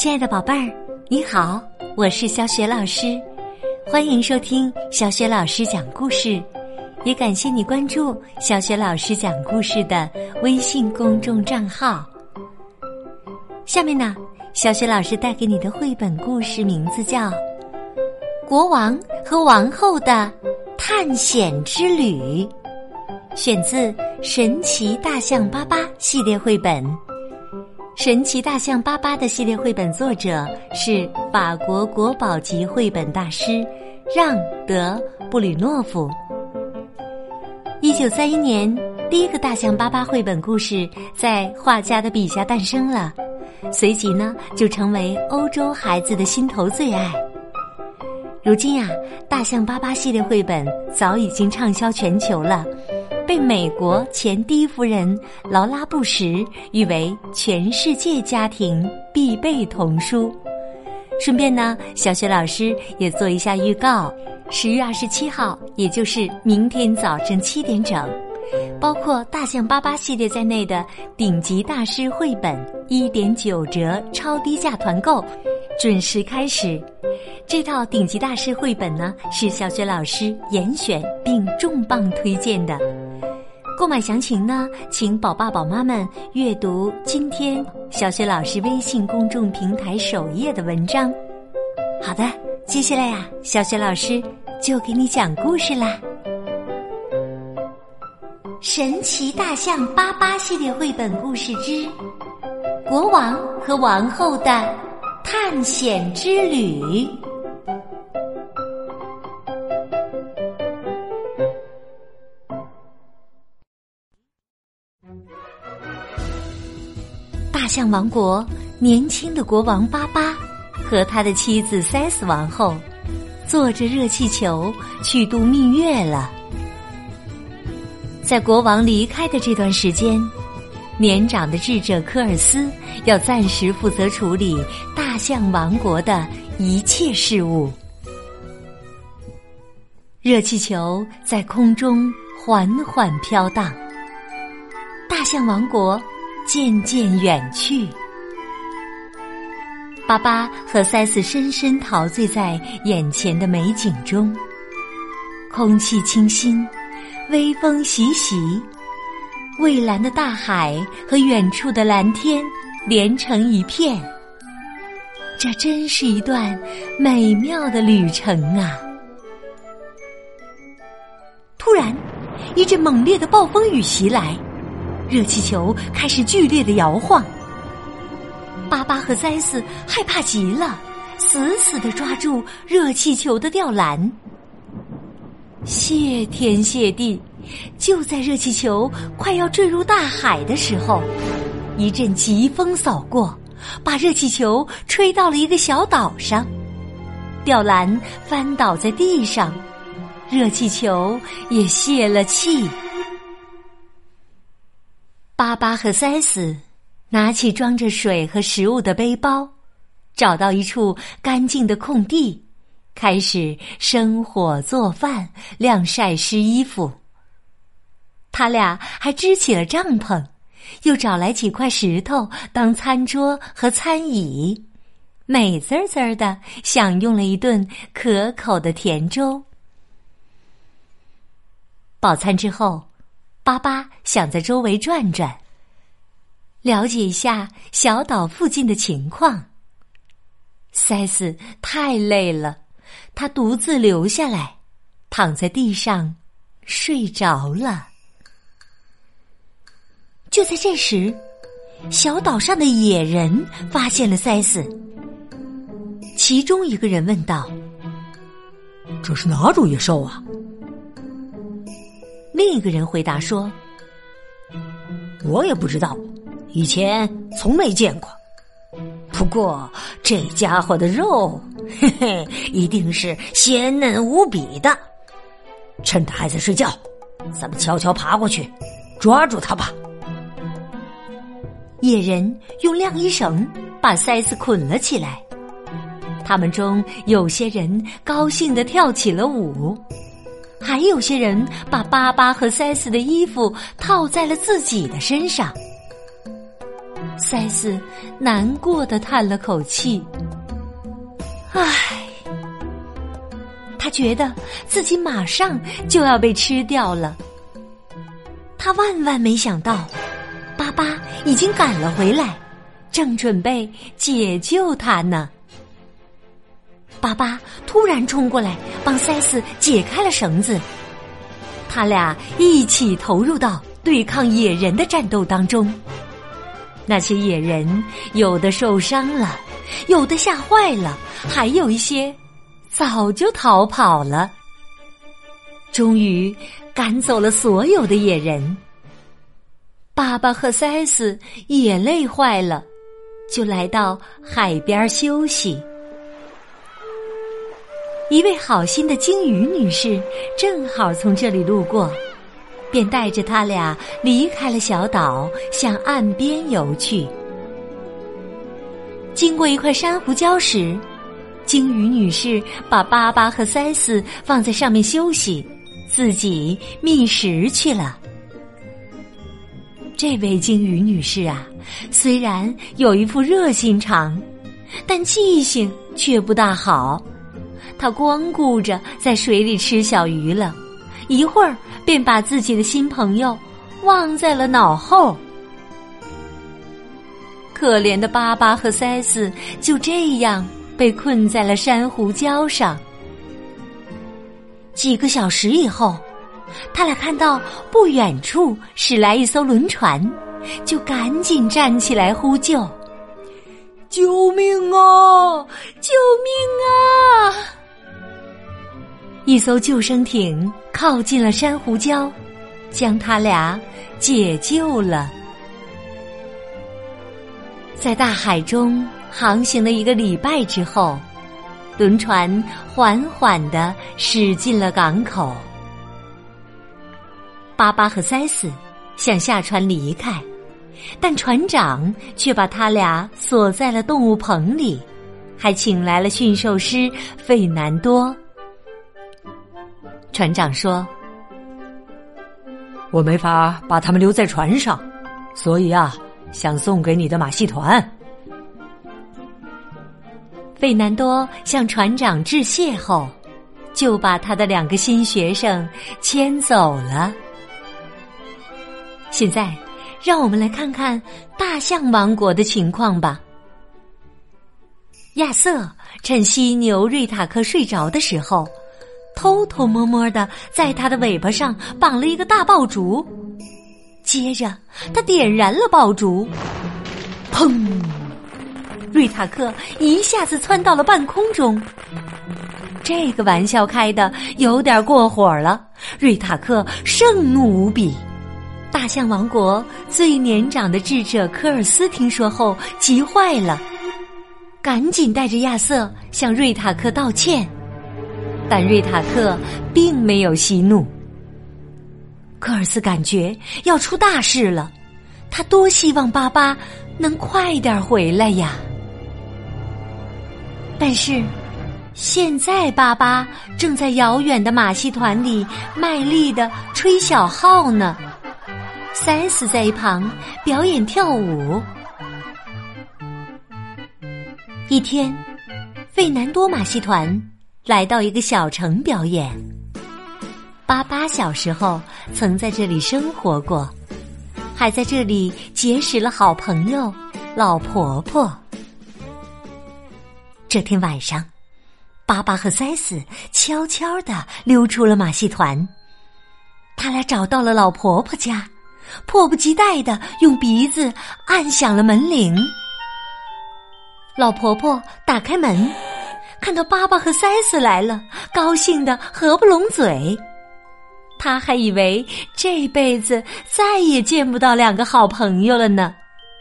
亲爱的宝贝儿，你好，我是小雪老师，欢迎收听小雪老师讲故事，也感谢你关注小雪老师讲故事的微信公众账号。下面呢，小雪老师带给你的绘本故事名字叫《国王和王后的探险之旅》，选自《神奇大象巴巴》系列绘本。神奇大象巴巴的系列绘本作者是法国国宝级绘本大师让·德·布吕诺夫。1931年，第一个大象巴巴绘本故事在画家的笔下诞生了，随即呢，就成为欧洲孩子的心头最爱。如今大象巴巴系列绘本早已经畅销全球了，被美国前第一夫人劳拉·布什誉为全世界家庭必备童书。顺便呢，小雪老师也做一下预告，10月27号，也就是明天早晨7点整，包括大象巴巴系列在内的顶级大师绘本1.9折超低价团购准时开始。这套顶级大师绘本呢，是小雪老师严选并重磅推荐的。购买详情呢，请宝爸宝妈们阅读今天小雪老师微信公众平台首页的文章。好的，接下来小雪老师就给你讲故事啦。神奇大象巴巴系列绘本故事之国王和王后的探险之旅。大象王国年轻的国王巴巴和他的妻子塞斯王后坐着热气球去度蜜月了。在国王离开的这段时间，年长的智者科尔斯要暂时负责处理大象王国的一切事务。热气球在空中缓缓飘荡，大象王国渐渐远去。巴巴和塞斯深深陶醉在眼前的美景中，空气清新，微风习习，蔚蓝的大海和远处的蓝天连成一片。这真是一段美妙的旅程啊！突然，一阵猛烈的暴风雨袭来，热气球开始剧烈的摇晃。巴巴和塞斯害怕极了，死死地抓住热气球的吊篮。谢天谢地，就在热气球快要坠入大海的时候，一阵疾风扫过，把热气球吹到了一个小岛上，吊篮翻倒在地上，热气球也泄了气。巴巴和塞斯拿起装着水和食物的背包，找到一处干净的空地，开始生火做饭，晾晒湿衣服。他俩还支起了帐篷，又找来几块石头当餐桌和餐椅，美滋滋的享用了一顿可口的甜粥。饱餐之后，巴巴想在周围转转，了解一下小岛附近的情况。塞斯太累了，他独自留下来，躺在地上睡着了。就在这时，小岛上的野人发现了塞斯。其中一个人问道：“ 这是哪种野兽啊？” 另一个人回答说：“ 我也不知道，以前从没见过。不过这家伙的肉，嘿嘿，一定是鲜嫩无比的。趁他还在睡觉，咱们悄悄爬过去，抓住他吧。” 野人用晾衣绳把塞斯捆了起来，他们中有些人高兴地跳起了舞，还有些人把巴巴和塞斯的衣服套在了自己的身上。 塞斯难过地叹了口气，唉，他觉得自己马上就要被吃掉了。他万万没想到，巴巴已经赶了回来，正准备解救他呢。巴巴突然冲过来，帮塞斯解开了绳子。他俩一起投入到对抗野人的战斗当中。那些野人有的受伤了，有的吓坏了，还有一些早就逃跑了。终于赶走了所有的野人。巴巴和塞斯也累坏了，就来到海边休息。一位好心的鲸鱼女士正好从这里路过，便带着他俩离开了小岛，向岸边游去。经过一块珊瑚礁时，鲸鱼女士把巴巴和塞斯放在上面休息，自己觅食去了。这位鲸鱼女士啊，虽然有一副热心肠，但记性却不大好。她光顾着在水里吃小鱼了，一会儿便把自己的新朋友忘在了脑后。可怜的巴巴和塞斯就这样被困在了珊瑚礁上。几个小时以后，他俩看到不远处驶来一艘轮船，就赶紧站起来呼救：救命啊！救命啊！一艘救生艇靠近了珊瑚礁，将他俩解救了。在大海中航行了1个礼拜之后，轮船缓缓地驶进了港口。巴巴和塞斯想下船离开，但船长却把他俩锁在了动物棚里，还请来了驯兽师费南多。船长说： 我没法把他们留在船上，所以想送给你的马戏团。 费南多向船长致谢后，就把他的2个新学生牵走了。现在让我们来看看大象王国的情况吧。亚瑟趁犀牛瑞塔克睡着的时候，偷偷摸摸地在他的尾巴上绑了一个大爆竹，接着他点燃了爆竹，砰！瑞塔克一下子窜到了半空中。这个玩笑开得有点过火了，瑞塔克盛怒无比。大象王国最年长的智者科尔斯听说后急坏了，赶紧带着亚瑟向瑞塔克道歉，但瑞塔克并没有息怒。科尔斯感觉要出大事了，他多希望巴巴能快点回来呀。但是现在巴巴正在遥远的马戏团里卖力地吹小号呢，塞斯在一旁表演跳舞。一天，费南多马戏团来到一个小城表演。巴巴小时候曾在这里生活过，还在这里结识了好朋友老婆婆。这天晚上，巴巴和塞斯悄悄地溜出了马戏团，他俩找到了老婆婆家，迫不及待地用鼻子按响了门铃。老婆婆打开门，看到巴巴和塞斯来了，高兴得合不拢嘴。她还以为这辈子再也见不到2个好朋友了呢。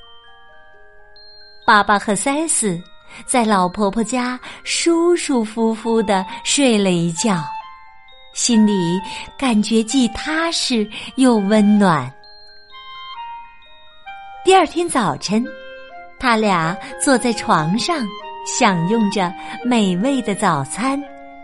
巴巴和塞斯在老婆婆家舒舒服服地睡了一觉，心里感觉既踏实又温暖。第二天早晨，他俩坐在床上，享用着美味的早餐。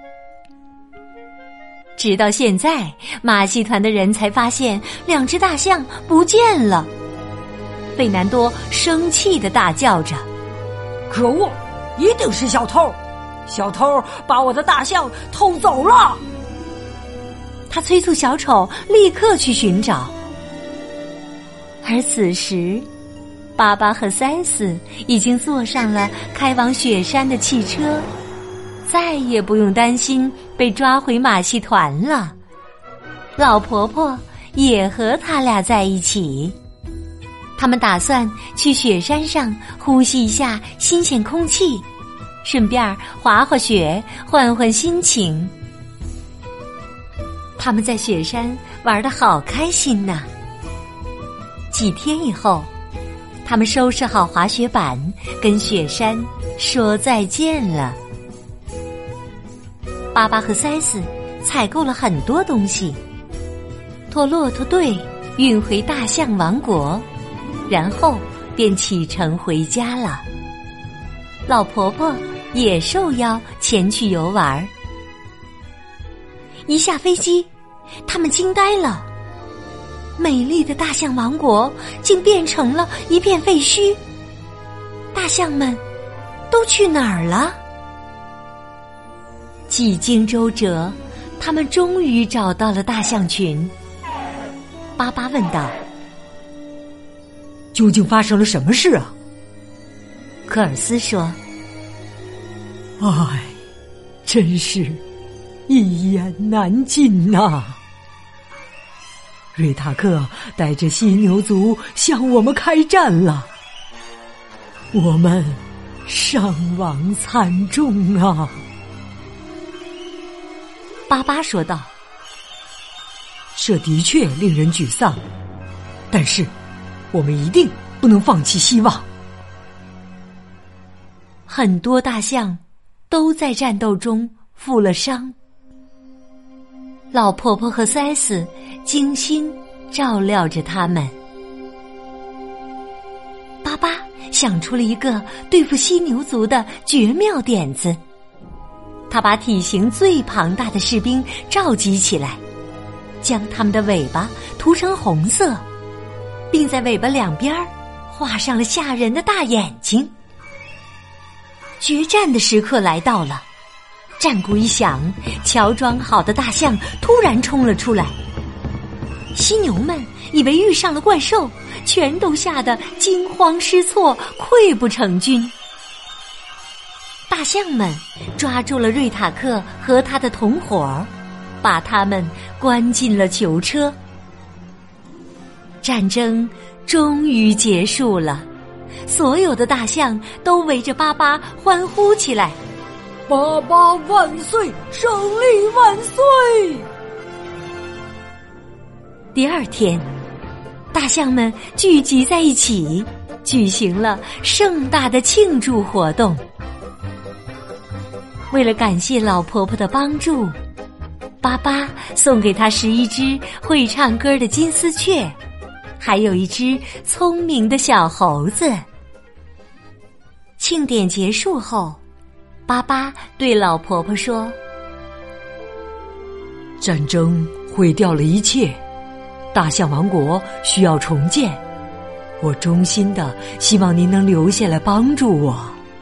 直到现在，马戏团的人才发现2只大象不见了。 费南多生气地大叫着：“ 可恶，一定是小偷！小偷把我的大象偷走了！” 他催促小丑立刻去寻找。而此时，巴巴和塞斯已经坐上了开往雪山的汽车，再也不用担心被抓回马戏团了。老婆婆也和他俩在一起，他们打算去雪山上呼吸一下新鲜空气，顺便滑滑雪，换换心情。他们在雪山玩得好开心呐！几天以后，他们收拾好滑雪板，跟雪山说再见了。巴巴和塞斯采购了很多东西，拖骆驼队运回大象王国，然后便启程回家了。老婆婆也受邀前去游玩。一下飞机，他们惊呆了，美丽的大象王国竟变成了一片废墟，大象们都去哪儿了？几经周折，他们终于找到了大象群。巴巴问道：“ 究竟发生了什么事啊？” 科尔斯说：“ 唉，真是一言难尽呐！瑞塔克带着犀牛族向我们开战了，我们伤亡惨重啊！” 巴巴说道：“ 这的确令人沮丧，但是我们一定不能放弃希望。” 很多大象都在战斗中负了伤。老婆婆和塞斯精心照料着他们。巴巴想出了一个对付犀牛族的绝妙点子，他把体型最庞大的士兵召集起来，将他们的尾巴涂成红色，并在尾巴两边画上了吓人的大眼睛。决战的时刻来到了，战鼓一响，乔装好的大象突然冲了出来。犀牛们以为遇上了怪兽，全都吓得惊慌失措，溃不成军。大象们抓住了瑞塔克和他的同伙，把他们关进了囚车。战争终于结束了，所有的大象都围着巴巴欢呼起来：“ 巴巴万岁！胜利万岁！” 第二天，大象们聚集在一起，举行了盛大的庆祝活动。为了感谢老婆婆的帮助，巴巴送给她11只会唱歌的金丝雀，还有一只聪明的小猴子。庆典结束后，巴巴对老婆婆说：“ 战争毁掉了一切，大象王国需要重建，我衷心的希望您能留下来帮助我。”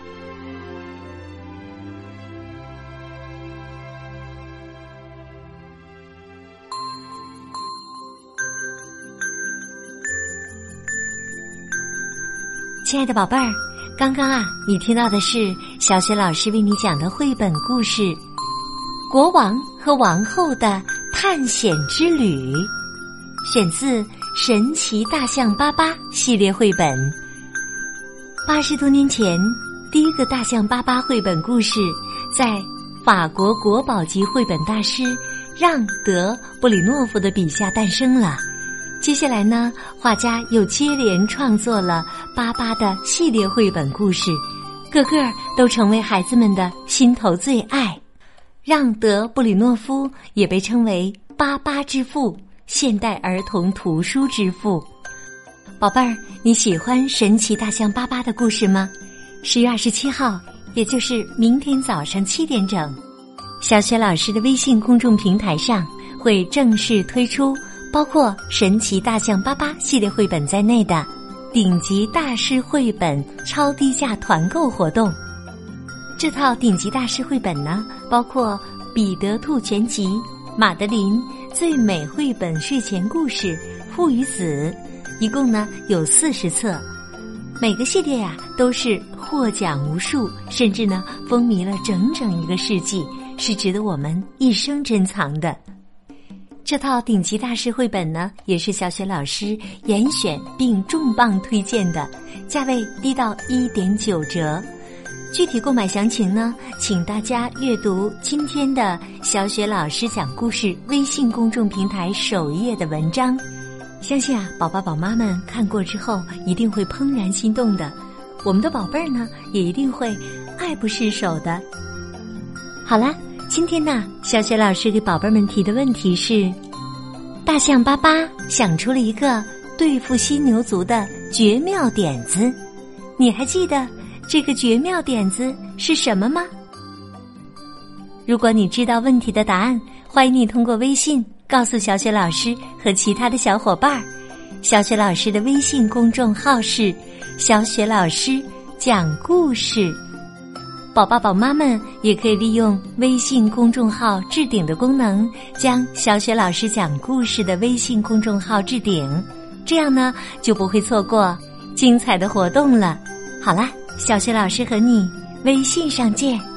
亲爱的宝贝儿，刚刚你听到的是小雪老师为你讲的绘本故事《国王和王后的探险之旅》，选自《神奇大象巴巴》系列绘本。80多年前，第一个大象巴巴绘本故事在法国国宝级绘本大师让·德·布里诺夫的笔下诞生了。接下来呢，画家又接连创作了巴巴的系列绘本故事，个个都成为孩子们的心头最爱。让·德·布里诺夫也被称为巴巴之父，现代儿童图书之父。宝贝儿，你喜欢神奇大象巴巴的故事吗？10月27号，也就是明天早上7点整，小雪老师的微信公众平台上会正式推出包括神奇大象巴巴系列绘本在内的顶级大师绘本超低价团购活动。这套顶级大师绘本呢，包括《彼得兔全集》、《马德琳最美绘本睡前故事》、《父与子》，一共呢有40册。每个系列呀都是获奖无数，甚至呢风靡了整整1个世纪，是值得我们一生珍藏的。这套顶级大师绘本呢，也是小雪老师严选并重磅推荐的，价位低到1.9折。具体购买详情呢，请大家阅读今天的小雪老师讲故事微信公众平台首页的文章。相信啊，宝爸宝妈们看过之后一定会怦然心动的，我们的宝贝儿呢也一定会爱不释手的。好啦，今天呢，小雪老师给宝贝们提的问题是：大象巴巴想出了一个对付犀牛族的绝妙点子，你还记得这个绝妙点子是什么吗？如果你知道问题的答案，欢迎你通过微信告诉小雪老师和其他的小伙伴。小雪老师的微信公众号是小雪老师讲故事。宝爸宝妈们也可以利用微信公众号置顶的功能，将小雪老师讲故事的微信公众号置顶，这样呢就不会错过精彩的活动了。好啦，小雪老师和你微信上见。